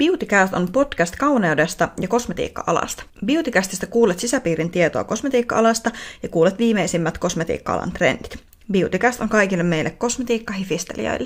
Beautycast on podcast kauneudesta ja kosmetiikka-alasta. Beautycastista kuulet sisäpiirin tietoa kosmetiikka-alasta ja kuulet viimeisimmät kosmetiikka-alan trendit. Beautycast on kaikille meille kosmetiikka-hifistelijöille.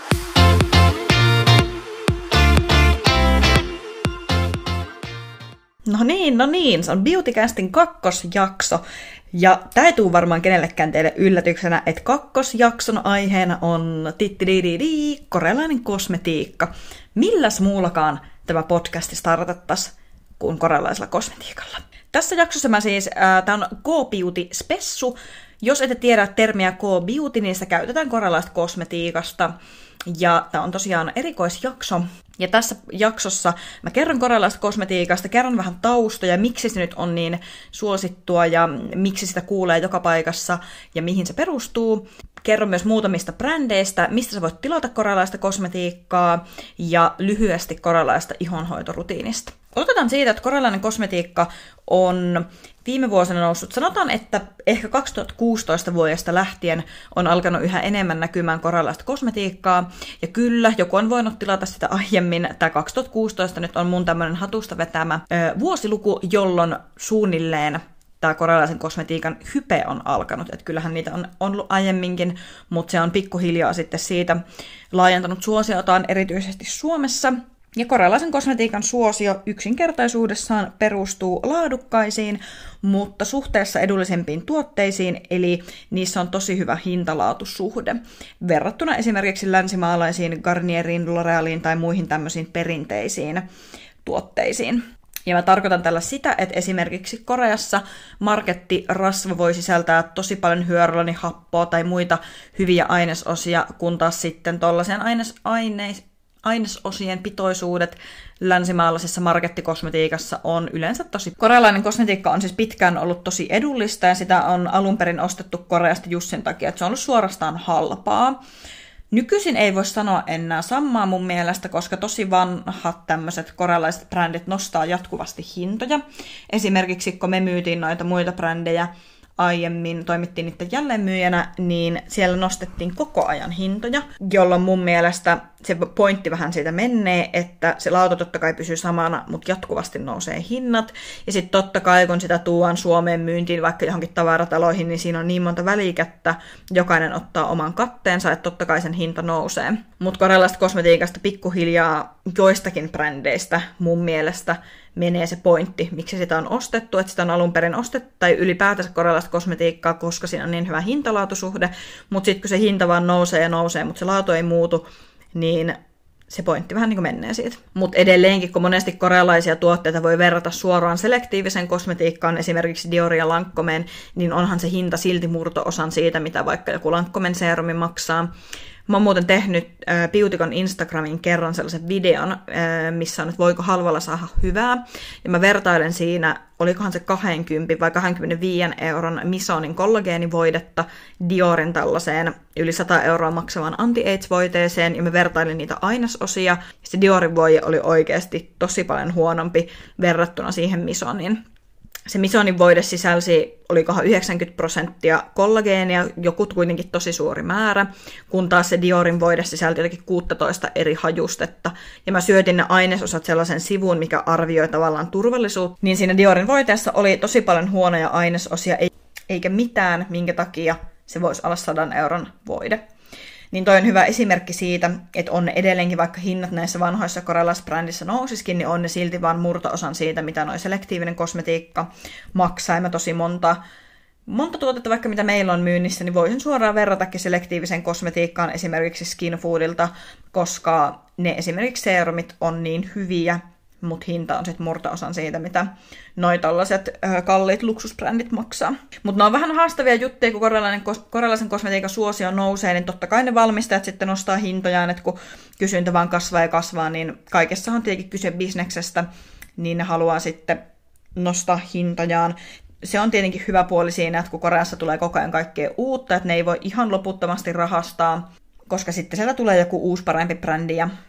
No niin, se on Beautycastin kakkosjakso. Ja tää ei tuu varmaan kenellekään teille yllätyksenä, että kakkosjakson aiheena on korealainen kosmetiikka. Milläs muullakaan tämä podcasti startattaisiin kuin korealaisella kosmetiikalla? Tässä jaksossa tää on K-Beauty Spessu. Jos ette tiedä termiä K-Beauty, niin sitä käytetään korealaisesta kosmetiikasta. Ja tää on tosiaan erikoisjakso. Ja tässä jaksossa mä kerron korealaisesta kosmetiikasta, kerron vähän taustoja, miksi se nyt on niin suosittua ja miksi sitä kuulee joka paikassa ja mihin se perustuu. Kerron myös muutamista brändeistä, mistä sä voit tilata korealaista kosmetiikkaa ja lyhyesti korealaista ihonhoitorutiinista. Otetaan siitä, että korealainen kosmetiikka on viime vuosina noussut. Sanotaan, että ehkä 2016 vuodesta lähtien on alkanut yhä enemmän näkymään korealaista kosmetiikkaa. Ja kyllä, joku on voinut tilata sitä aiemmin. Tämä 2016 nyt on mun tämmöinen hatusta vetämä vuosiluku, jolloin suunnilleen tämä korealaisen kosmetiikan hype on alkanut. Että kyllähän niitä on ollut aiemminkin, mutta se on pikkuhiljaa sitten siitä laajentanut suosiotaan erityisesti Suomessa. Ja korealaisen kosmetiikan suosio yksinkertaisuudessaan perustuu laadukkaisiin, mutta suhteessa edullisempiin tuotteisiin, eli niissä on tosi hyvä hintalaatusuhde, verrattuna esimerkiksi länsimaalaisiin Garnieriin, L'Orealiin tai muihin tämmöisiin perinteisiin tuotteisiin. Ja mä tarkoitan tällä sitä, että esimerkiksi Koreassa markettirasva voi sisältää tosi paljon hyaluronihappoa tai muita hyviä ainesosia, kun taas sitten tollaisen ainesosien pitoisuudet länsimaalaisessa markettikosmetiikassa on yleensä tosi. Korealainen kosmetiikka on siis pitkään ollut tosi edullista ja sitä on alun perin ostettu Koreasta just sen takia, että se on ollut suorastaan halpaa. Nykyisin ei voi sanoa enää samaa mun mielestä, koska tosi vanhat tämmöiset korealaiset brändit nostaa jatkuvasti hintoja. Esimerkiksi kun me myytiin noita muita brändejä, aiemmin toimittiin niiden jälleenmyyjänä, niin siellä nostettiin koko ajan hintoja, jolloin mun mielestä se pointti vähän siitä menee, että se laatu totta kai pysyy samana, mutta jatkuvasti nousee hinnat. Ja sitten totta kai, kun sitä tuodaan Suomeen myyntiin vaikka johonkin tavarataloihin, niin siinä on niin monta välikättä, jokainen ottaa oman katteensa, että totta kai sen hinta nousee. Mutta korealaisesta kosmetiikasta pikkuhiljaa joistakin brändeistä mun mielestä menee se pointti, miksi sitä on ostettu, että sitä on alun perin ostettu, tai ylipäätänsä korealaista kosmetiikkaa, koska siinä on niin hyvä hintalaatusuhde, mutta sitten kun se hinta vaan nousee ja nousee, mutta se laatu ei muutu, niin se pointti vähän niin kuin menee siitä. Mutta edelleenkin, kun monesti korealaisia tuotteita voi verrata suoraan selektiiviseen kosmetiikkaan, esimerkiksi Diorin ja Lancomen, niin onhan se hinta silti murto-osan siitä, mitä vaikka joku Lancomen serumi maksaa. Mä oon muuten tehnyt Beautycon Instagramin kerran sellaisen videon, missä on, että voiko halvalla saada hyvää. Ja mä vertailen siinä, olikohan se 20 vai 25 euron Misonin kollageenivoidetta Diorin tällaiseen yli 100 euroa maksavan anti-age-voiteeseen. Ja mä vertailin niitä ainesosia. Ja se Diorin voide oli oikeasti tosi paljon huonompi verrattuna siihen Misoniin. Se Misonin voide sisälsi, olikohan 90% kollageenia, joku kuitenkin tosi suuri määrä, kun taas se Diorin voide sisälti jotenkin 16 eri hajustetta. Ja mä syötin ne ainesosat sellaisen sivun, mikä arvioi tavallaan turvallisuutta. Niin siinä Diorin voiteessa oli tosi paljon huonoja ainesosia, eikä mitään, minkä takia se voisi olla 100 euron voide. Niin toi on hyvä esimerkki siitä, että on ne edelleenkin, vaikka hinnat näissä vanhoissa korealaisissa brändissä nousisikin, niin on ne silti vaan murto-osan siitä, mitä noi selektiivinen kosmetiikka maksaa. Ja mä tosi monta tuotetta, vaikka mitä meillä on myynnissä, niin voisin suoraan verratakin selektiiviseen kosmetiikkaan esimerkiksi Skinfoodilta, koska ne esimerkiksi serumit on niin hyviä, mutta hinta on sitten murto-osan siitä, mitä noi tällaiset kalliit luksusbrändit maksaa. Mutta ne on vähän haastavia juttuja, kun korealaisen kosmetiikan suosio nousee, niin totta kai ne valmistajat sitten nostaa hintojaan, että kun kysyntä vaan kasvaa ja kasvaa, niin kaikessa on tietenkin kyse bisneksestä, niin ne haluaa sitten nostaa hintojaan. Se on tietenkin hyvä puoli siinä, että kun Koreassa tulee koko ajan kaikkea uutta, että ne ei voi ihan loputtomasti rahastaa, koska sitten sieltä tulee joku uusi parempi brändi ja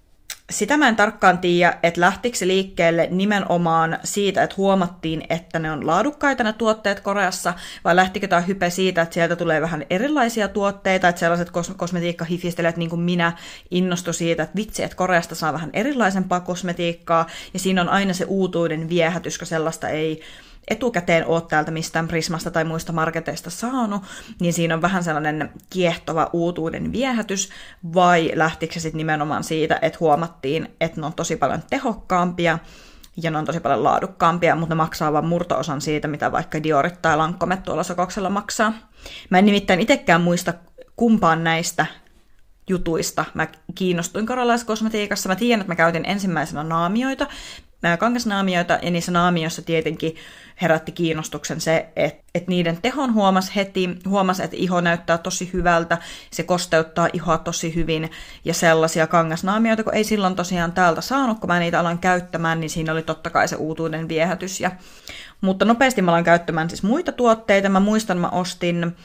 Sitä mä en tarkkaan tiedä, että lähtikö se liikkeelle nimenomaan siitä, että huomattiin, että ne on laadukkaita ne tuotteet Koreassa, vai lähtikö tämä hype siitä, että sieltä tulee vähän erilaisia tuotteita, että sellaiset kosmetiikkahifistelijät niin kuin minä innostu siitä, että vitsi, että Koreasta saa vähän erilaisempaa kosmetiikkaa, ja siinä on aina se uutuuden viehätys, kun sellaista ei etukäteen ole täältä mistään Prismasta tai muista marketeista saanut, niin siinä on vähän sellainen kiehtova uutuuden viehätys, vai lähtikö se sitten nimenomaan siitä, että huomattiin, että ne on tosi paljon tehokkaampia ja ne on tosi paljon laadukkaampia, mutta ne maksaa vain murto-osan siitä, mitä vaikka Diorit tai Lancome tuolla Sokoksella maksaa. Mä en nimittäin itsekään muista kumpaan näistä jutuista mä kiinnostuin korealaiskosmetiikassa. Mä tiedän, että mä käytin ensimmäisenä naamioita, kangasnaamioita, ja niissä naamioissa tietenkin herätti kiinnostuksen se, että niiden tehon huomasi, että iho näyttää tosi hyvältä, se kosteuttaa ihoa tosi hyvin, ja sellaisia kangasnaamioita, kun ei silloin tosiaan täältä saanut, kun mä niitä aloin käyttämään, niin siinä oli totta kai se uutuuden viehätys. Mutta nopeasti mä aloin käyttämään siis muita tuotteita. Mä muistan, mä ostin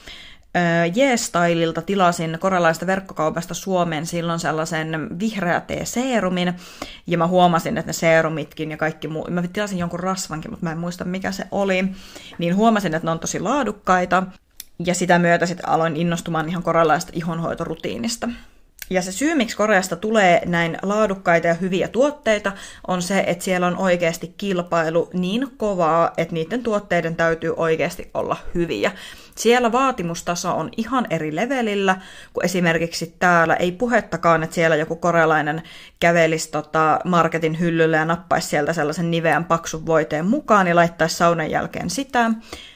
J-Stylelta, tilasin korealaisesta verkkokaupasta Suomeen silloin sellaisen vihreä tee-seerumin, ja mä huomasin, että ne seerumitkin ja kaikki muu, mä tilasin jonkun rasvankin, mutta mä en muista mikä se oli, niin huomasin, että ne on tosi laadukkaita, ja sitä myötä sitten aloin innostumaan ihan korealaisesta ihonhoitorutiinista. Ja se syy, miksi Koreasta tulee näin laadukkaita ja hyviä tuotteita, on se, että siellä on oikeasti kilpailu niin kovaa, että niiden tuotteiden täytyy oikeasti olla hyviä. Siellä vaatimustaso on ihan eri levelillä kuin esimerkiksi täällä. Ei puhettakaan, että siellä joku korealainen kävelisi marketin hyllylle ja nappaisi sieltä sellaisen niveän paksun voiteen mukaan ja laittaisi saunan jälkeen sitä.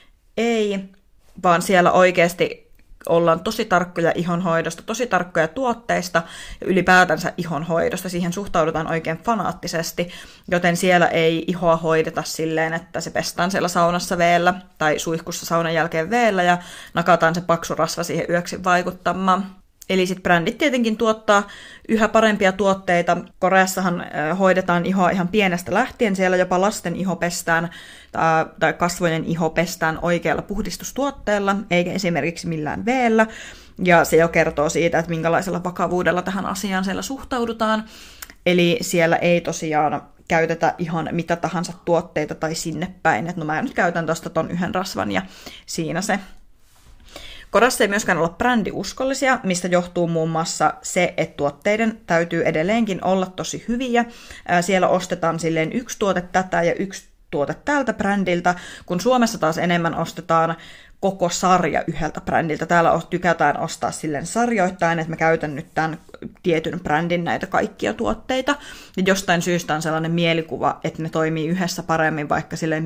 Ei, vaan siellä oikeasti ollaan tosi tarkkoja ihonhoidosta, tosi tarkkoja tuotteista ja ylipäätänsä ihonhoidosta. Siihen suhtaudutaan oikein fanaattisesti, joten siellä ei ihoa hoideta silleen, että se pestään siellä saunassa veellä tai suihkussa saunan jälkeen veellä ja nakataan se paksu rasva siihen yöksi vaikuttamaan. Eli sitten brändit tietenkin tuottaa yhä parempia tuotteita. Koreassahan hoidetaan ihoa ihan pienestä lähtien. Siellä jopa lasten iho pestään tai kasvojen iho pestään oikealla puhdistustuotteella, eikä esimerkiksi millään veellä. Ja se jo kertoo siitä, että minkälaisella vakavuudella tähän asiaan siellä suhtaudutaan. Eli siellä ei tosiaan käytetä ihan mitä tahansa tuotteita tai sinne päin. Et no mä nyt käytän tosta ton yhden rasvan ja siinä se. Koreassa ei myöskään olla brändiuskollisia, mistä johtuu muun muassa se, että tuotteiden täytyy edelleenkin olla tosi hyviä. Siellä ostetaan silleen yksi tuote tätä ja yksi tuote tältä brändiltä, kun Suomessa taas enemmän ostetaan koko sarja yhdeltä brändiltä. Täällä tykätään ostaa silleen sarjoittain, että mä käytän nyt tämän tietyn brändin näitä kaikkia tuotteita. Ja jostain syystä on sellainen mielikuva, että ne toimii yhdessä paremmin, vaikka sille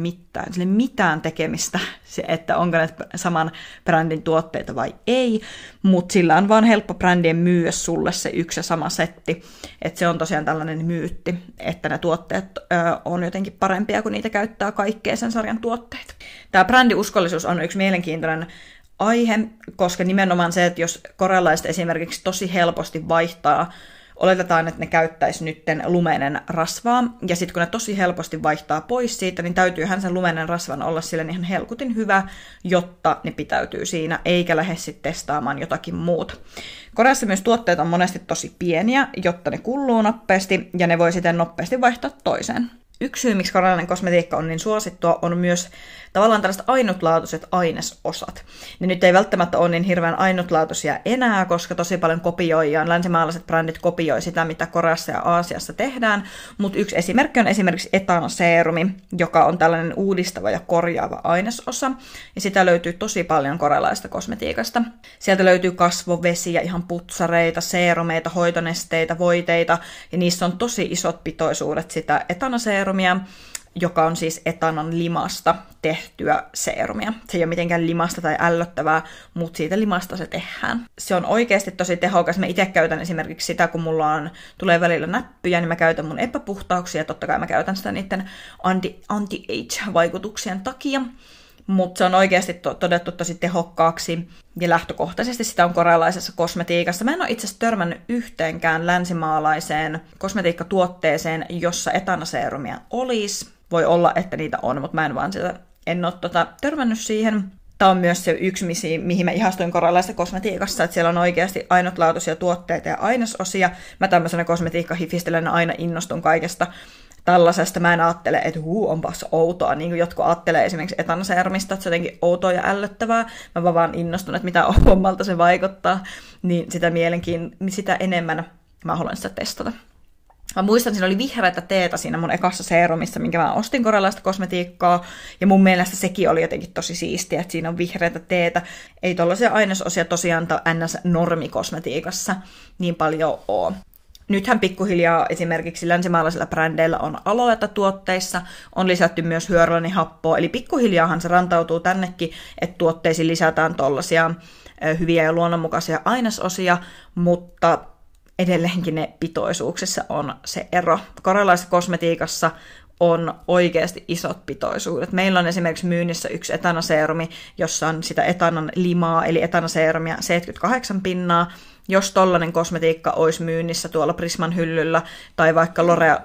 mitään tekemistä, se, että onko ne saman brändin tuotteita vai ei. Mutta sillä on vaan helppo brändien myyä sulle se yksi ja sama setti. Että se on tosiaan tällainen myytti, että ne tuotteet on jotenkin parempia, kun niitä käyttää kaikkea sen sarjan tuotteita. Tämä brändiuskollisuus on yksi mielenkiintoinen aihe, koska nimenomaan se, että jos korealaiset esimerkiksi tosi helposti vaihtaa, oletetaan, että ne käyttäisi nytten lumenen rasvaa, ja sitten kun ne tosi helposti vaihtaa pois siitä, niin täytyyhän sen lumenen rasvan olla sille ihan helkutin hyvä, jotta ne pitäytyy siinä, eikä lähde sitten testaamaan jotakin muuta. Koreassa myös tuotteet on monesti tosi pieniä, jotta ne kulluu nopeasti, ja ne voi sitten nopeasti vaihtaa toiseen. Yksi syy, miksi korealainen kosmetiikka on niin suosittua, on myös tavallaan tällaiset ainutlaatuiset ainesosat. Ne nyt ei välttämättä ole niin hirveän ainutlaatuisia enää, koska tosi paljon kopioidaan, länsimaalaiset brändit kopioi sitä, mitä Koreassa ja Aasiassa tehdään, mutta yksi esimerkki on esimerkiksi etanaseerumi, joka on tällainen uudistava ja korjaava ainesosa, ja sitä löytyy tosi paljon korealaisesta kosmetiikasta. Sieltä löytyy kasvovesiä, ihan putsareita, seerumeita, hoitonesteitä, voiteita, ja niissä on tosi isot pitoisuudet sitä etanaseerumia, joka on siis etanan limasta tehtyä seerumia. Se ei ole mitenkään limasta tai ällöttävää, mutta siitä limasta se tehdään. Se on oikeasti tosi tehokas. Mä itse käytän esimerkiksi sitä, kun tulee välillä näppyjä, niin mä käytän mun epäpuhtauksia. Totta kai mä käytän sitä niiden anti-age-vaikutuksien takia. Mutta se on oikeasti todettu tosi tehokkaaksi, ja lähtökohtaisesti sitä on korealaisessa kosmetiikassa. Mä en ole itse asiassa törmännyt yhteenkään länsimaalaiseen kosmetiikkatuotteeseen, jossa etanaseerumia olisi. Voi olla, että niitä on, mutta mä en ole törmännyt siihen. Tämä on myös se yksi, mihin mä ihastuin korealaisessa kosmetiikassa, että siellä on oikeasti ainutlaatuisia tuotteita ja ainesosia. Mä tämmöisenä kosmetiikkahifistelänä aina innostun kaikesta tällaisesta. Mä en ajattele, että onpas outoa, niin kuin jotkut ajattelee esimerkiksi etanaseerumista, että se on jotenkin outoa ja ällöttävää. Mä vaan innostun, että mitä oudommalta se vaikuttaa, niin sitä enemmän mä haluan sitä testata. Mä muistan, että siinä oli vihreätä teetä siinä mun ekassa seerumissa, minkä mä ostin korealaista kosmetiikkaa, ja mun mielestä sekin oli jotenkin tosi siistiä, että siinä on vihreätä teetä. Ei tollaisia ainesosia tosiaan NS-normikosmetiikassa niin paljon ole. Nythän pikkuhiljaa esimerkiksi länsimaalaisilla brändeillä on aloeta tuotteissa, on lisätty myös hyaluronihappoa, eli pikkuhiljaahan se rantautuu tännekin, että tuotteisiin lisätään tollaisia hyviä ja luonnonmukaisia ainesosia, mutta edelleenkin ne pitoisuuksissa on se ero. Korealaisessa kosmetiikassa on oikeasti isot pitoisuudet. Meillä on esimerkiksi myynnissä yksi etanaseerumi, jossa on sitä etanan limaa, eli etanaseerumia 78 pinnaa. Jos tollainen kosmetiikka olisi myynnissä tuolla Prisman hyllyllä, tai vaikka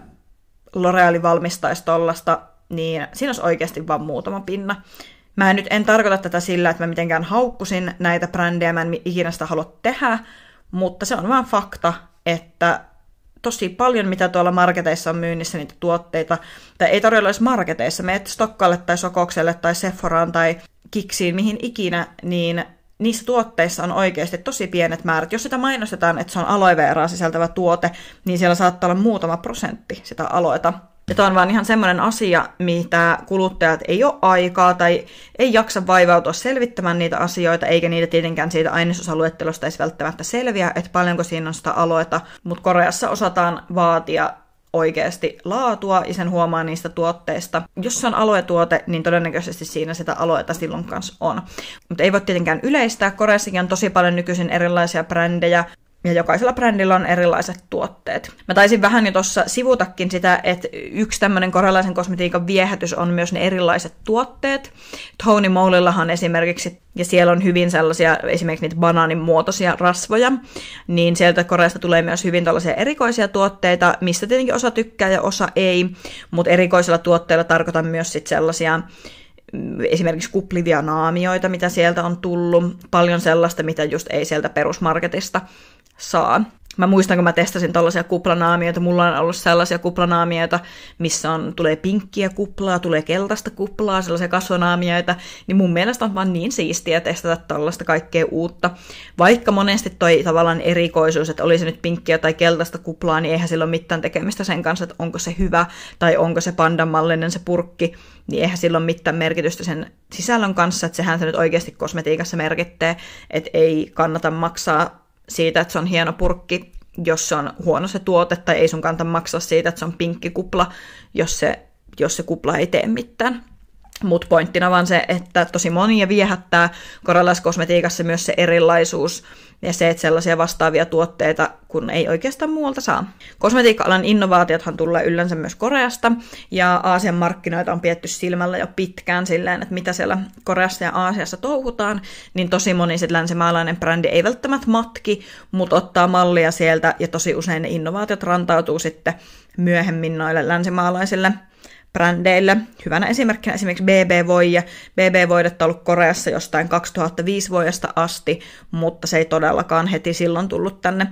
L'Oreal valmistaisi tollasta, niin siinä olisi oikeasti vain muutama pinna. Mä en tarkoita tätä sillä, että mä mitenkään haukkusin näitä brändejä, mä en ikinä sitä halua tehdä, mutta se on vaan fakta, että tosi paljon, mitä tuolla marketeissa on myynnissä niitä tuotteita, tai ei todella edes marketeissa, meet Stokkalle tai Sokokselle tai Sephoraan tai Kiksiin, mihin ikinä, niin niissä tuotteissa on oikeasti tosi pienet määrät. Jos sitä mainostetaan, että se on aloe veraa sisältävä tuote, niin siellä saattaa olla muutama prosentti sitä aloeta. Ja tämä on vaan ihan semmoinen asia, mitä kuluttajat ei ole aikaa tai ei jaksa vaivautua selvittämään niitä asioita, eikä niitä tietenkään siitä ainesosaluettelosta edes välttämättä selviä, että paljonko siinä on sitä aloeta. Mutta Koreassa osataan vaatia oikeasti laatua ja sen huomaa niistä tuotteista. Jos se on aloetuote, niin todennäköisesti siinä sitä aloeta silloin kanssa on. Mutta ei voi tietenkään yleistää. Koreassakin on tosi paljon nykyisin erilaisia brändejä, ja jokaisella brändillä on erilaiset tuotteet. Mä taisin vähän jo tuossa sivutakin sitä, että yksi tämmöinen korealaisen kosmetiikan viehätys on myös ne erilaiset tuotteet. Tony Molellahan esimerkiksi, ja siellä on hyvin sellaisia, esimerkiksi niitä banaanin muotoisia rasvoja, niin sieltä Koreasta tulee myös hyvin tällaisia erikoisia tuotteita, mistä tietenkin osa tykkää ja osa ei, mutta erikoisilla tuotteilla tarkoitan myös sit sellaisia esimerkiksi kuplivia naamioita, mitä sieltä on tullut, paljon sellaista, mitä just ei sieltä perusmarketista saa. Mä muistan, kun mä testasin tällaisia kuplanaamioita, mulla on ollut sellaisia kuplanaamioita, missä tulee pinkkiä kuplaa, tulee keltaista kuplaa, sellaisia kasvonaamioita, niin mun mielestä on vaan niin siistiä testata tällaista kaikkea uutta. Vaikka monesti toi tavallaan erikoisuus, että oli se nyt pinkkiä tai keltaista kuplaa, niin eihän sillä ole mitään tekemistä sen kanssa, että onko se hyvä tai onko se pandanmallinen se purkki, niin eihän sillä ole mitään merkitystä sen sisällön kanssa, että sehän se nyt oikeasti kosmetiikassa merkittää, että ei kannata maksaa siitä, että se on hieno purkki, jos se on huono se tuote, tai ei sun kannata maksaa siitä, että se on pinkki kupla, jos se kupla ei tee mitään. Mutta pointtina vaan se, että tosi monia viehättää korealaiskosmetiikassa myös se erilaisuus ja se, että sellaisia vastaavia tuotteita, kun ei oikeastaan muualta saa. Kosmetiikka-alan innovaatiothan tulee yleensä myös Koreasta, ja Aasian markkinoita on pidetty silmällä jo pitkään silleen, että mitä siellä Koreassa ja Aasiassa touhutaan, niin tosi moni sit länsimaalainen brändi ei välttämättä matki, mutta ottaa mallia sieltä, ja tosi usein ne innovaatiot rantautuu sitten myöhemmin noille länsimaalaisille brändeille. Hyvänä esimerkkinä esimerkiksi BB Voide. BB Voidetta on ollut Koreassa jostain 2005 vuodesta asti, mutta se ei todellakaan heti silloin tullut tänne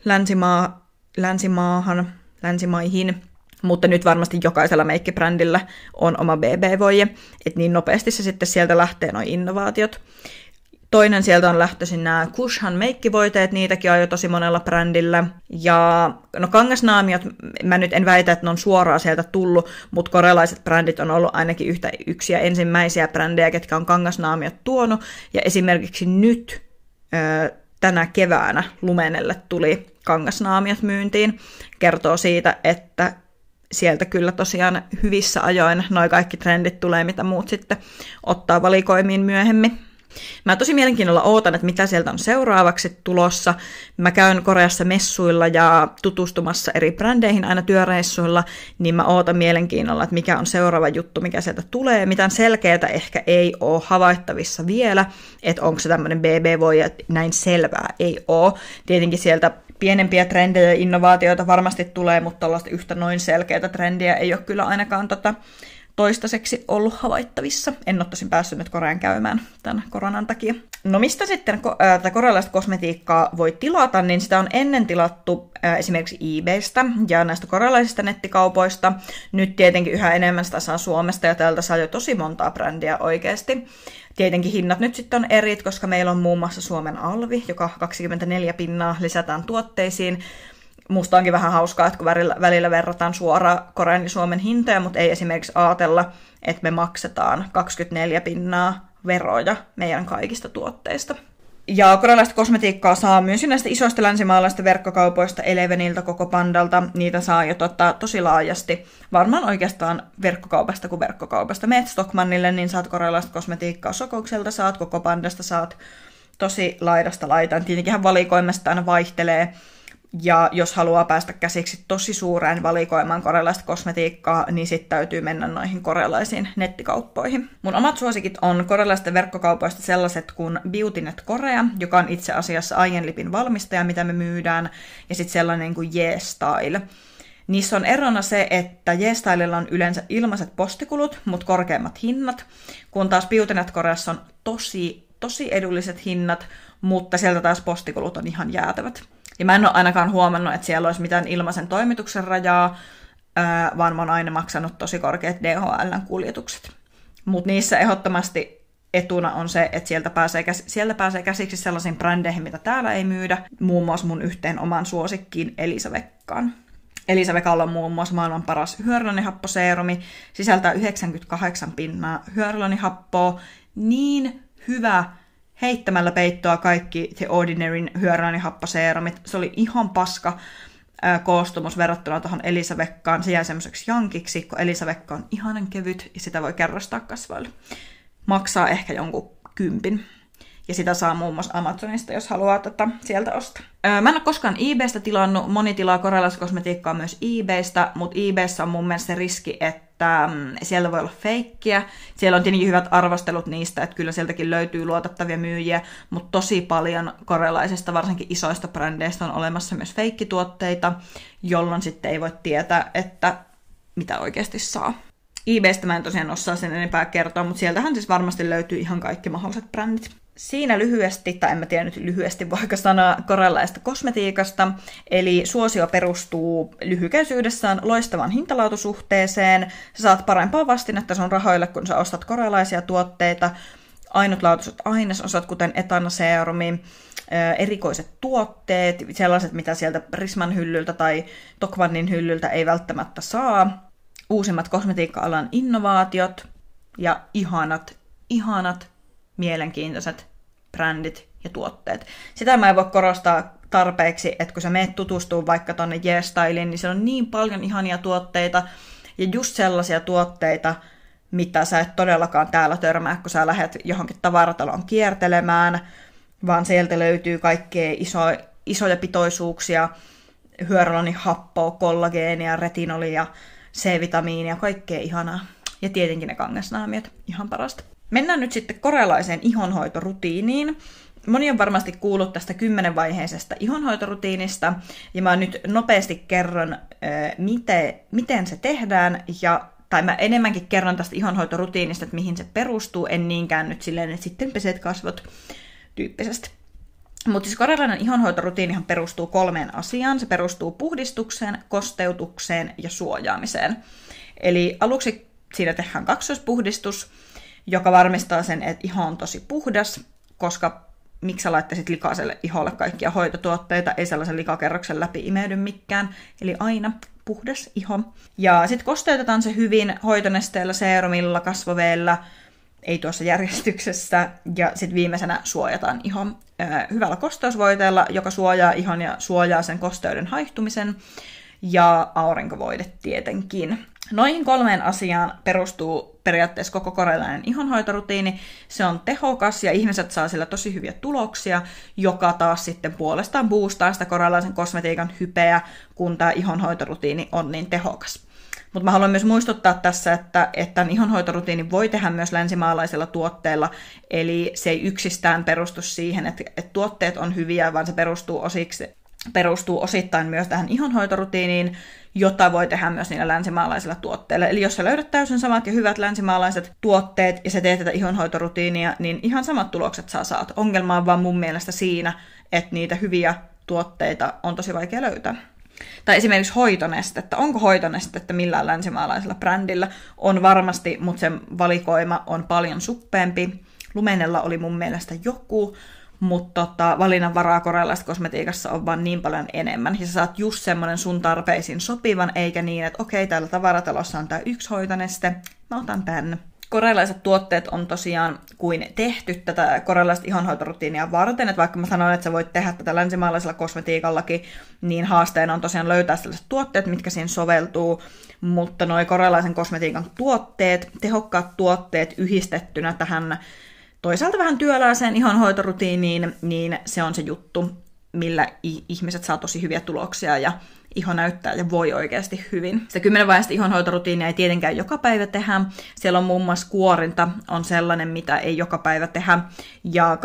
länsimaihin. Mutta nyt varmasti jokaisella meikkibrändillä on oma BB Voide, että niin nopeasti se sitten sieltä lähtee nuo innovaatiot. Toinen sieltä on lähtöisin nämä Kushan meikkivoiteet, niitäkin on jo tosi monella brändillä. Ja no kangasnaamiot, mä nyt en väitä, että ne on suoraan sieltä tullut, mutta korealaiset brändit on ollut ainakin yksiä ensimmäisiä brändejä, ketkä on kangasnaamiot tuonut. Ja esimerkiksi nyt tänä keväänä Lumenelle tuli kangasnaamiot myyntiin. Kertoo siitä, että sieltä kyllä tosiaan hyvissä ajoin noi kaikki trendit tulee, mitä muut sitten ottaa valikoimiin myöhemmin. Mä tosi mielenkiinnolla ootan, että mitä sieltä on seuraavaksi tulossa. Mä käyn Koreassa messuilla ja tutustumassa eri brändeihin aina työreissuilla, niin mä ootan mielenkiinnolla, että mikä on seuraava juttu, mikä sieltä tulee. Mitään selkeää ehkä ei ole havaittavissa vielä, että onko se tämmöinen BB Voide, näin selvää ei ole. Tietenkin sieltä pienempiä trendejä ja innovaatioita varmasti tulee, mutta tällaista yhtä noin selkeää trendiä ei ole kyllä ainakaan toistaiseksi ollut havaittavissa. En ole tosin päässyt nyt Koreaan käymään tämän koronan takia. No mistä sitten tätä korealaista kosmetiikkaa voi tilata, niin sitä on ennen tilattu esimerkiksi eBaystä ja näistä korealaisista nettikaupoista. Nyt tietenkin yhä enemmän sitä saa Suomesta ja täältä saa jo tosi montaa brändiä oikeasti. Tietenkin hinnat nyt sitten on eri, koska meillä on muun muassa Suomen alvi, joka 24% lisätään tuotteisiin. Musta onkin vähän hauskaa, että kun välillä verrataan suoraan Korean ja Suomen hintoja, mutta ei esimerkiksi ajatella, että me maksetaan 24% veroja meidän kaikista tuotteista. Ja korealaista kosmetiikkaa saa myös näistä isoista länsimaalaisista verkkokaupoista, Eleveniltä, Koko Pandalta. Niitä saa jo tosi laajasti. Varmaan oikeastaan verkkokaupasta kuin verkkokaupasta. Meet Stockmannille, niin saat korealaista kosmetiikkaa Sokoukselta, saat Koko Pandasta, saat tosi laidasta laitaan. Tietenkin valikoimasta aina vaihtelee. Ja jos haluaa päästä käsiksi tosi suureen valikoimaan korealaista kosmetiikkaa, niin sitten täytyy mennä noihin korealaisiin nettikauppoihin. Mun omat suosikit on korealaisten verkkokaupoista sellaiset kuin Beautynet Korea, joka on itse asiassa Aienlipin valmistaja, mitä me myydään, ja sitten sellainen kuin YesStyle. Niissä on erona se, että YesStylella on yleensä ilmaiset postikulut, mutta korkeammat hinnat, kun taas Beautynet Koreassa on tosi edulliset hinnat, mutta sieltä taas postikulut on ihan jäätävät. Ja mä en ole ainakaan huomannut, että siellä olisi mitään ilmaisen toimituksen rajaa, vaan mä oon aina maksanut tosi korkeat DHL-kuljetukset. Mutta niissä ehdottomasti etuna on se, että sieltä pääsee käsiksi sellaisiin brändeihin, mitä täällä ei myydä. Muun muassa mun yhteen oman suosikkiin Elisaveckaan. Elisavecalla on muun muassa maailman paras hyaluronihapposeerumi. Sisältää 98% hyaluronihappoa. Niin hyvä. Heittämällä peittoa kaikki The Ordinaryn hyaluronihapposeerumit. Se oli ihan paska koostumus verrattuna tuohon Elisaveckaan. Se jäi semmoiseksi jankiksi, kun Elisavecca on ihanan kevyt ja sitä voi kerrostaa kasvoille. Maksaa ehkä jonkun 10. Ja sitä saa muun muassa Amazonista, jos haluaa sieltä ostaa. Mä en ole koskaan eBaystä tilannut. Moni tilaa korealaista kosmetiikkaa myös eBaystä, mutta eBayssä on mun mielestä se riski, että siellä voi olla feikkiä. Siellä on tietenkin hyvät arvostelut niistä, että kyllä sieltäkin löytyy luotettavia myyjiä, mutta tosi paljon korealaisista, varsinkin isoista brändeistä on olemassa myös feikkituotteita, jolloin sitten ei voi tietää, että mitä oikeasti saa. eBaystä mä en tosiaan osaa sen enempää kertoa, mutta sieltähän siis varmasti löytyy ihan kaikki mahdolliset brändit. Siinä lyhyesti, tai en mä tiedä nyt lyhyesti voiko sanoa korealaista kosmetiikasta, eli suosio perustuu lyhykäisyydessään loistavaan hintalaatusuhteeseen. Sä saat parempaa vastinetta sun rahoille, kun sä ostat korealaisia tuotteita, ainutlaatuiset ainesosat, kuten etanaseerumi, erikoiset tuotteet, sellaiset, mitä sieltä Prisman hyllyltä tai Tokmannin hyllyltä ei välttämättä saa, uusimmat kosmetiikka-alan innovaatiot ja ihanat, mielenkiintoiset brändit ja tuotteet. Sitä mä en voi korostaa tarpeeksi, että kun sä meet tutustumaan vaikka tonne YesStyleen, niin siellä on niin paljon ihania tuotteita ja just sellaisia tuotteita, mitä sä et todellakaan täällä törmää, kun sä lähdet johonkin tavarataloon kiertelemään, vaan sieltä löytyy kaikkea isoja pitoisuuksia, hyaluronihappoa, kollageenia, retinolia, C-vitamiinia, kaikkea ihanaa. Ja tietenkin ne kangasnaamiot, ihan parasta. Mennään nyt sitten korealaiseen ihonhoitorutiiniin. Moni on varmasti kuullut tästä 10-vaiheisesta ihonhoitorutiinista, ja mä nyt nopeasti kerron, miten se tehdään, tai mä enemmänkin kerron tästä ihonhoitorutiinista, että mihin se perustuu, en niinkään nyt silleen, että sitten peset kasvot tyyppisesti. Mutta siis korealainen ihonhoitorutiinihan perustuu 3 asiaan. Se perustuu puhdistukseen, kosteutukseen ja suojaamiseen. Eli aluksi siinä tehdään kaksoispuhdistus, joka varmistaa sen, että iho on tosi puhdas, koska miksi sä laittaisit likaiselle iholle kaikkia hoitotuotteita, ei sellaisen likakerroksen läpi imeydy mikään, eli aina puhdas iho. Ja sitten kosteutetaan se hyvin hoitonesteellä, seerumilla, kasvoveellä, ei tuossa järjestyksessä, ja sitten viimeisenä suojataan iho hyvällä kosteusvoiteella, joka suojaa ihon ja suojaa sen kosteuden haihtumisen, ja aurinkovoide tietenkin. Noihin 3 asiaan perustuu periaatteessa koko korealainen ihonhoitorutiini. Se on tehokas ja ihmiset saa sillä tosi hyviä tuloksia, joka taas sitten puolestaan boostaa sitä korealaisen kosmetiikan hypeä, kun tämä ihonhoitorutiini on niin tehokas. Mutta mä haluan myös muistuttaa tässä, että tämän ihonhoitorutiinin voi tehdä myös länsimaalaisilla tuotteilla, eli se ei yksistään perustu siihen, että tuotteet on hyviä, vaan se perustuu perustuu osittain myös tähän ihonhoitorutiiniin, jota voi tehdä myös niillä länsimaalaisilla tuotteilla. Eli jos sä löydät täysin samat ja hyvät länsimaalaiset tuotteet ja sä teet tätä ihonhoitorutiinia, niin ihan samat tulokset sä saat. Ongelma on vaan mun mielestä siinä, että niitä hyviä tuotteita on tosi vaikea löytää. Tai esimerkiksi hoitonestettä. Onko hoitonestettä millään länsimaalaisella brändillä? On varmasti, mutta sen valikoima on paljon suppeempi. Lumenella oli mun mielestä joku, mutta valinnanvaraa korealaisessa kosmetiikassa on vaan niin paljon enemmän. Ja sä saat just semmonen sun tarpeisiin sopivan, eikä niin, että okei, täällä tavaratalossa on tää yksi hoitoneste, mä otan tän. Korealaiset tuotteet on tosiaan kuin tehty tätä korealaista ihonhoitorutiinia varten, että vaikka mä sanoin, että sä voit tehdä tätä länsimaalaisella kosmetiikallakin, niin haasteena on tosiaan löytää sellaiset tuotteet, mitkä siihen soveltuu, mutta noi korealaisen kosmetiikan tuotteet, tehokkaat tuotteet yhdistettynä tähän toisaalta vähän työlääseen ihonhoitorutiiniin, niin se on se juttu, millä ihmiset saa tosi hyviä tuloksia ja iho näyttää ja voi oikeasti hyvin. Sitä 10-vaiheista ihonhoitorutiinia ei tietenkään joka päivä tehdä. Siellä on muun muassa kuorinta, on sellainen, mitä ei joka päivä tehdä, ja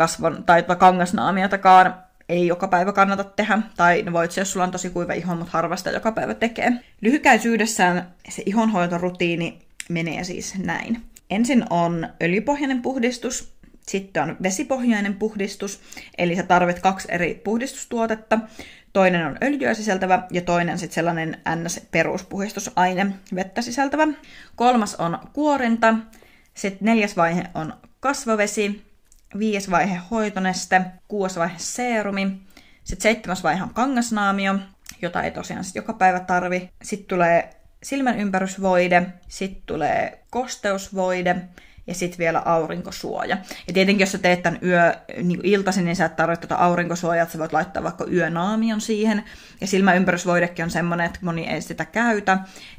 kangasnaamiatakaan ei joka päivä kannata tehdä, tai voit se, jos sulla on tosi kuiva iho, mutta harvasta joka päivä tekee. Lyhykäisyydessään se ihonhoitorutiini menee siis näin. Ensin on öljypohjainen puhdistus, sitten on vesipohjainen puhdistus, eli sä tarvit 2 eri puhdistustuotetta. Toinen on öljyä sisältävä ja toinen sitten sellainen NS-peruspuhdistusaine, vettä sisältävä. 3. on kuorinta, sitten 4. vaihe on kasvovesi, 5. vaihe hoitoneste, 6. vaihe seerumi, sitten 7. vaihe on kangasnaamio, jota ei tosiaan sit joka päivä tarvi. Sitten tulee silmän ympärysvoide, sitten tulee kosteusvoide, ja sitten vielä aurinkosuoja. Ja tietenkin, jos sä teet tämän niin iltaisin, niin sä et tarvitse tuota aurinkosuojaa, että sä voit laittaa vaikka yönaamion siihen. Ja silmäympärysvoidekin on semmoinen, että moni ei sitä käytä.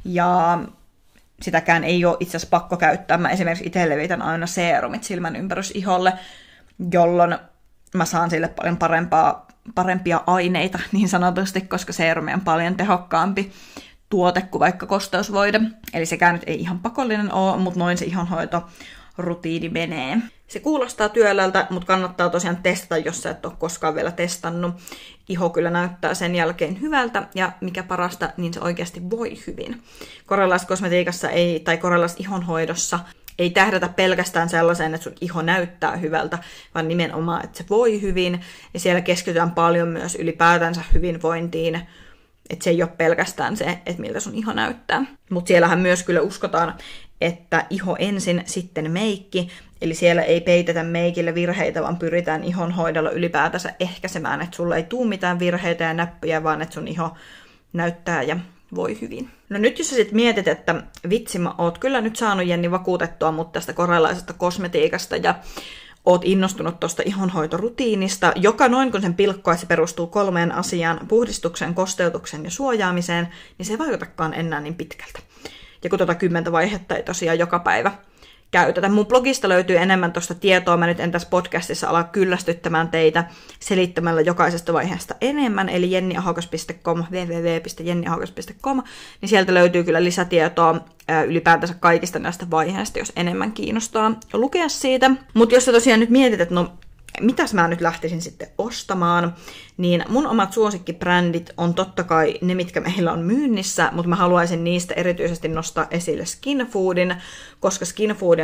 Ja sitäkään ei ole itse asiassa pakko käyttää. Mä esimerkiksi itse levitän aina seerumit silmän ympärysiholle, jolloin mä saan sille paljon parempia aineita niin sanotusti, koska seerumi on paljon tehokkaampi tuote kuin vaikka kosteusvoide. Eli sekään nyt ei ihan pakollinen ole, mutta noin se ihonhoitorutiini menee. Se kuulostaa työläältä, mutta kannattaa tosiaan testata, jos sä et ole koskaan vielä testannut. Iho kyllä näyttää sen jälkeen hyvältä, ja mikä parasta, niin se oikeasti voi hyvin. Korealaisessa kosmetiikassa tai korealaisessa ihonhoidossa ei tähdätä pelkästään sellaiseen, että sun iho näyttää hyvältä, vaan nimenomaan, että se voi hyvin. Ja siellä keskitytään paljon myös ylipäätänsä hyvinvointiin. Että se ei ole pelkästään se, että miltä sun iho näyttää. Mutta siellähän myös kyllä uskotaan, että iho ensin, sitten meikki. Eli siellä ei peitetä meikille virheitä, vaan pyritään ihonhoidolla ylipäätänsä ehkäisemään, että sulla ei tule mitään virheitä ja näppyjä, vaan että sun iho näyttää ja voi hyvin. No nyt jos sä sit mietit, että vitsi, mä oot kyllä nyt saanut, Jenni, vakuutettua mut tästä korealaisesta kosmetiikasta ja oot innostunut tuosta ihonhoitorutiinista, joka noin kun sen pilkkoa, se perustuu 3 asiaan, puhdistuksen, kosteutuksen ja suojaamiseen, niin se ei vaikutakaan enää niin pitkältä. Ja kun 10 vaihetta ei tosiaan joka päivä käytetä. Mun blogista löytyy enemmän tuosta tietoa, mä nyt en tässä podcastissa ala kyllästyttämään teitä selittämällä jokaisesta vaiheesta enemmän, eli jenniahokas.com, www.jenniahokas.com, niin sieltä löytyy kyllä lisätietoa ylipäätänsä kaikista näistä vaiheista, jos enemmän kiinnostaa lukea siitä. Mutta jos sä tosiaan nyt mietit, että no mitäs mä nyt lähtisin sitten ostamaan, niin mun omat suosikkibrändit on totta kai ne, mitkä meillä on myynnissä, mutta mä haluaisin niistä erityisesti nostaa esille Skinfoodin, koska Skinfood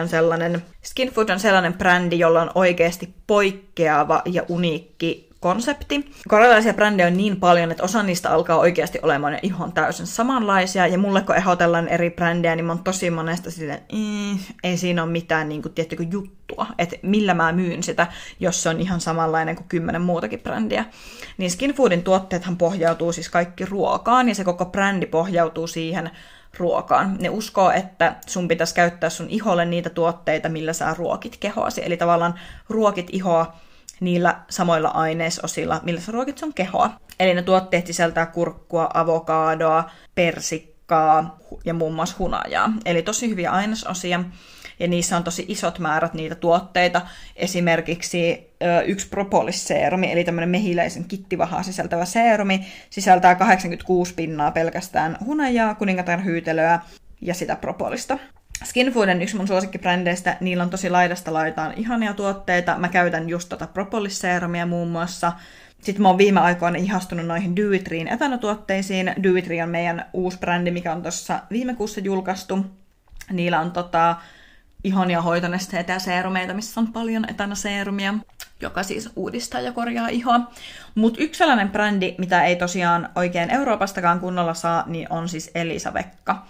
on sellainen brändi, jolla on oikeasti poikkeava ja uniikki konsepti. Korealaisia brändejä on niin paljon, että osa niistä alkaa oikeasti olemaan ihon täysin samanlaisia, ja mulle kun ehdotellaan eri brändejä, niin mä oon tosi monesta silleen, ei siinä ole mitään niin kuin, tiettykö juttua, että millä mä myyn sitä, jos se on ihan samanlainen kuin 10 muutakin brändiä. Niin Skinfoodin tuotteethan pohjautuu siis kaikki ruokaan, ja se koko brändi pohjautuu siihen ruokaan. Ne uskoo, että sun pitäisi käyttää sun iholle niitä tuotteita, millä sä ruokit kehoasi, eli tavallaan ruokit ihoa niillä samoilla ainesosilla, millä sä ruokit sun kehoa. Eli ne tuotteet sisältää kurkkua, avokadoa, persikkaa ja muun muassa hunajaa. Eli tosi hyviä ainesosia, ja niissä on tosi isot määrät niitä tuotteita. Esimerkiksi yksi propolisseerumi, eli tämmöinen mehiläisen kittivahaa sisältävä seerumi, sisältää 86% pelkästään hunajaa, kuningatar hyytelöä ja sitä propolista. Skinfooden yksi mun suosikkibrändeistä, niillä on tosi laidasta laitaan ihania tuotteita. Mä käytän just propolisseerumia muun muassa. Sitten mä oon viime aikoina ihastunut noihin Do It Reen etanatuotteisiin. Do It Reen on meidän uusi brändi, mikä on tuossa viime kuussa julkaistu. Niillä on ihania hoitonesteitä ja seerumeita, missä on paljon etanaseerumia, joka siis uudistaa ja korjaa ihoa. Mutta yksi sellainen brändi, mitä ei oikein Euroopastakaan kunnolla saa, niin on siis Elisavekka.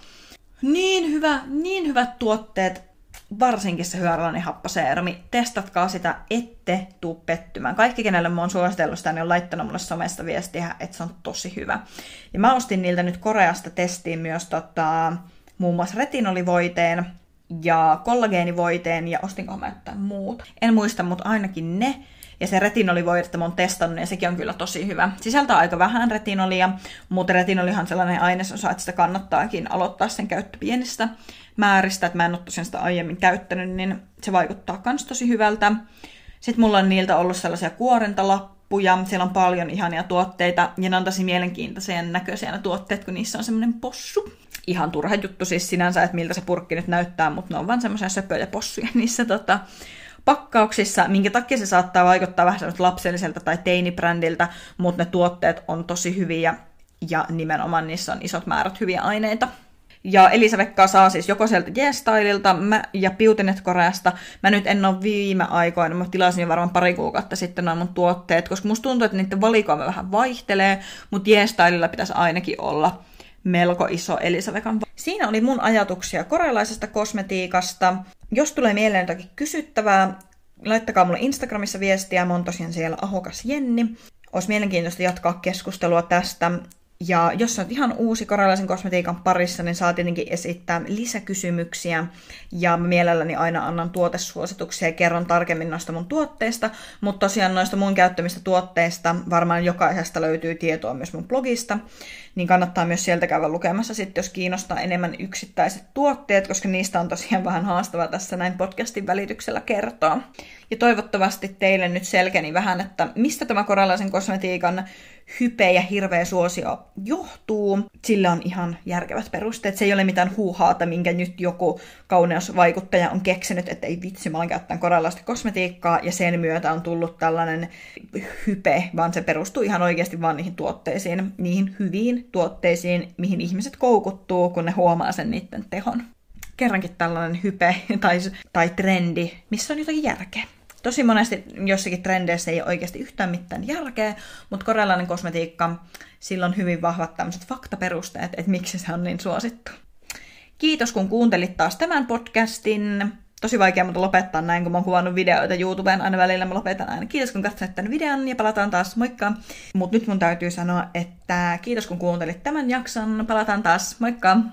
Niin hyvät tuotteet, varsinkin se hyaluronic happoseerumi. Testatkaa sitä, ette tuu pettymään. Kaikki, kenelle mä oon suositellut sitä, niin on laittanut mulle somesta viestiä, että se on tosi hyvä. Ja mä ostin niiltä nyt Koreasta testiin myös muun muassa retinolivoiteen ja kollageenivoiteen ja ostinkohan mä jotain muuta. En muista, mutta ainakin ne. Ja se retinolivoidetta mä oon testannut ja sekin on kyllä tosi hyvä. Sisältää aika vähän retinolia, mutta retinolihan on sellainen ainesosa, että sitä kannattaakin aloittaa sen käyttö pienistä määristä. Että mä en ole tosiaan sitä aiemmin käyttänyt, niin se vaikuttaa kans tosi hyvältä. Sitten mulla on niiltä ollut sellaisia kuorentalappuja. Siellä on paljon ihania tuotteita ja ne on tosi mielenkiintoisia näköisiä ne tuotteet, kun niissä on semmoinen possu. Ihan turha juttu siis sinänsä, että miltä se purkki nyt näyttää, mutta ne on vaan semmoisia söpöjä possuja niissä pakkauksissa, minkä takia se saattaa vaikuttaa vähän semmoista lapselliselta tai teinibrändiltä, mutta ne tuotteet on tosi hyviä ja nimenomaan niissä on isot määrät hyviä aineita. Ja Elisavekkaa saa siis joko sieltä G-Stylelta ja Beautynet Koreasta. Mä nyt en ole viime aikoina, mä tilasin jo varmaan pari kuukautta sitten noin mun tuotteet, koska musta tuntuu, että niiden valikoima vähän vaihtelee, mutta G-Stylella pitäisi ainakin olla melko iso Elisavekan. Siinä oli mun ajatuksia korealaisesta kosmetiikasta. Jos tulee mieleen jotakin kysyttävää, laittakaa mulle Instagramissa viestiä. Mä oon tosiaan siellä Ahokas Jenni. Olisi mielenkiintoista jatkaa keskustelua tästä. Ja jos olet ihan uusi korealaisen kosmetiikan parissa, niin saa tietenkin esittää lisäkysymyksiä. Ja mä mielelläni aina annan tuotesuosituksia ja kerron tarkemmin noista mun tuotteista. Mutta tosiaan noista mun käyttämistä tuotteista varmaan jokaisesta löytyy tietoa myös mun blogista. Niin kannattaa myös sieltä käydä lukemassa sitten, jos kiinnostaa enemmän yksittäiset tuotteet, koska niistä on tosiaan vähän haastavaa tässä näin podcastin välityksellä kertoa. Ja toivottavasti teille nyt selkeni vähän, että mistä tämä korealaisen kosmetiikan hype ja hirveä suosio johtuu. Sillä on ihan järkevät perusteet. Se ei ole mitään huuhaata, minkä nyt joku kauneusvaikuttaja on keksinyt, että ei vitsi, mä olen käyttänyt korealaista kosmetiikkaa, ja sen myötä on tullut tällainen hype, vaan se perustuu ihan oikeasti vaan niihin tuotteisiin, niihin hyviin tuotteisiin, mihin ihmiset koukuttuu, kun ne huomaa sen niiden tehon. Kerrankin tällainen hype tai trendi, missä on jotakin järkeä. Tosi monesti jossakin trendeissä ei ole oikeasti yhtään mitään järkeä, mutta korealainen kosmetiikka, sillä on hyvin vahvat tämmöiset faktaperusteet, että miksi se on niin suosittu. Kiitos kun kuuntelit taas tämän podcastin. Tosi vaikea mutta lopettaa näin, kun mä oon kuvannut videoita YouTubeen aina välillä. Mä lopetan aina. Kiitos kun katsoit tämän videon ja palataan taas. Moikka! Mut nyt mun täytyy sanoa, että kiitos kun kuuntelit tämän jakson. Palataan taas. Moikka!